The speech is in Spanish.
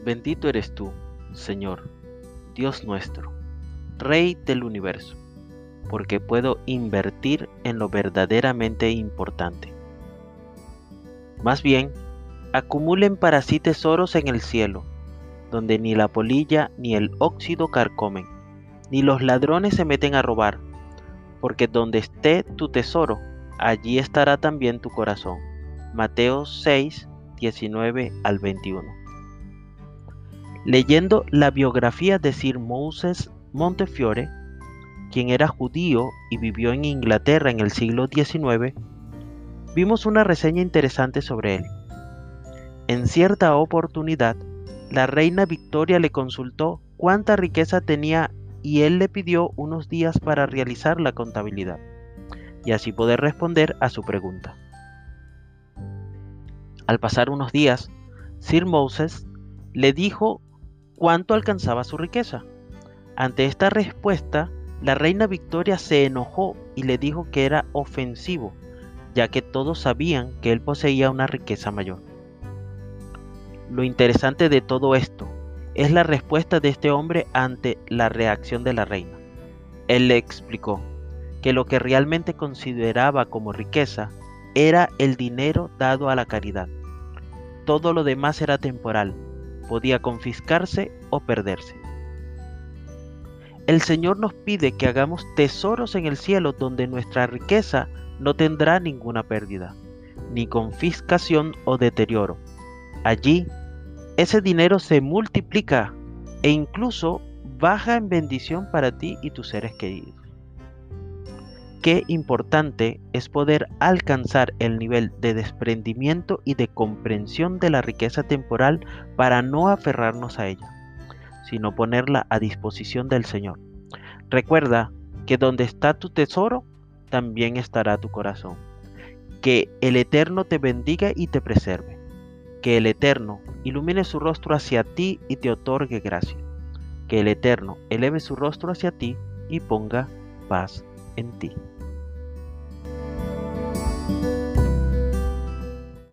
Bendito eres tú, Señor, Dios nuestro, Rey del universo, porque puedo invertir en lo verdaderamente importante. Más bien, acumulen para sí tesoros en el cielo, donde ni la polilla ni el óxido carcomen, ni los ladrones se meten a robar, porque donde esté tu tesoro, allí estará también tu corazón. Mateo 6, 19 al 21. Leyendo la biografía de Sir Moses Montefiore, quien era judío y vivió en Inglaterra en el siglo XIX, vimos una reseña interesante sobre él. En cierta oportunidad, la reina Victoria le consultó cuánta riqueza tenía y él le pidió unos días para realizar la contabilidad y así poder responder a su pregunta. Al pasar unos días, Sir Moses le dijo cuánto alcanzaba su riqueza. Ante esta respuesta, la reina Victoria se enojó y le dijo que era ofensivo, ya que todos sabían que él poseía una riqueza mayor. Lo interesante de todo esto es la respuesta de este hombre ante la reacción de la reina. Él le explicó que lo que realmente consideraba como riqueza era el dinero dado a la caridad. Todo lo demás era temporal, podía confiscarse o perderse. El Señor nos pide que hagamos tesoros en el cielo donde nuestra riqueza no tendrá ninguna pérdida, ni confiscación o deterioro. Allí, ese dinero se multiplica e incluso baja en bendición para ti y tus seres queridos. Qué importante es poder alcanzar el nivel de desprendimiento y de comprensión de la riqueza temporal para no aferrarnos a ella, sino ponerla a disposición del Señor. Recuerda que donde está tu tesoro, también estará tu corazón. Que el Eterno te bendiga y te preserve. Que el Eterno ilumine su rostro hacia ti y te otorgue gracia. Que el Eterno eleve su rostro hacia ti y ponga paz en ti.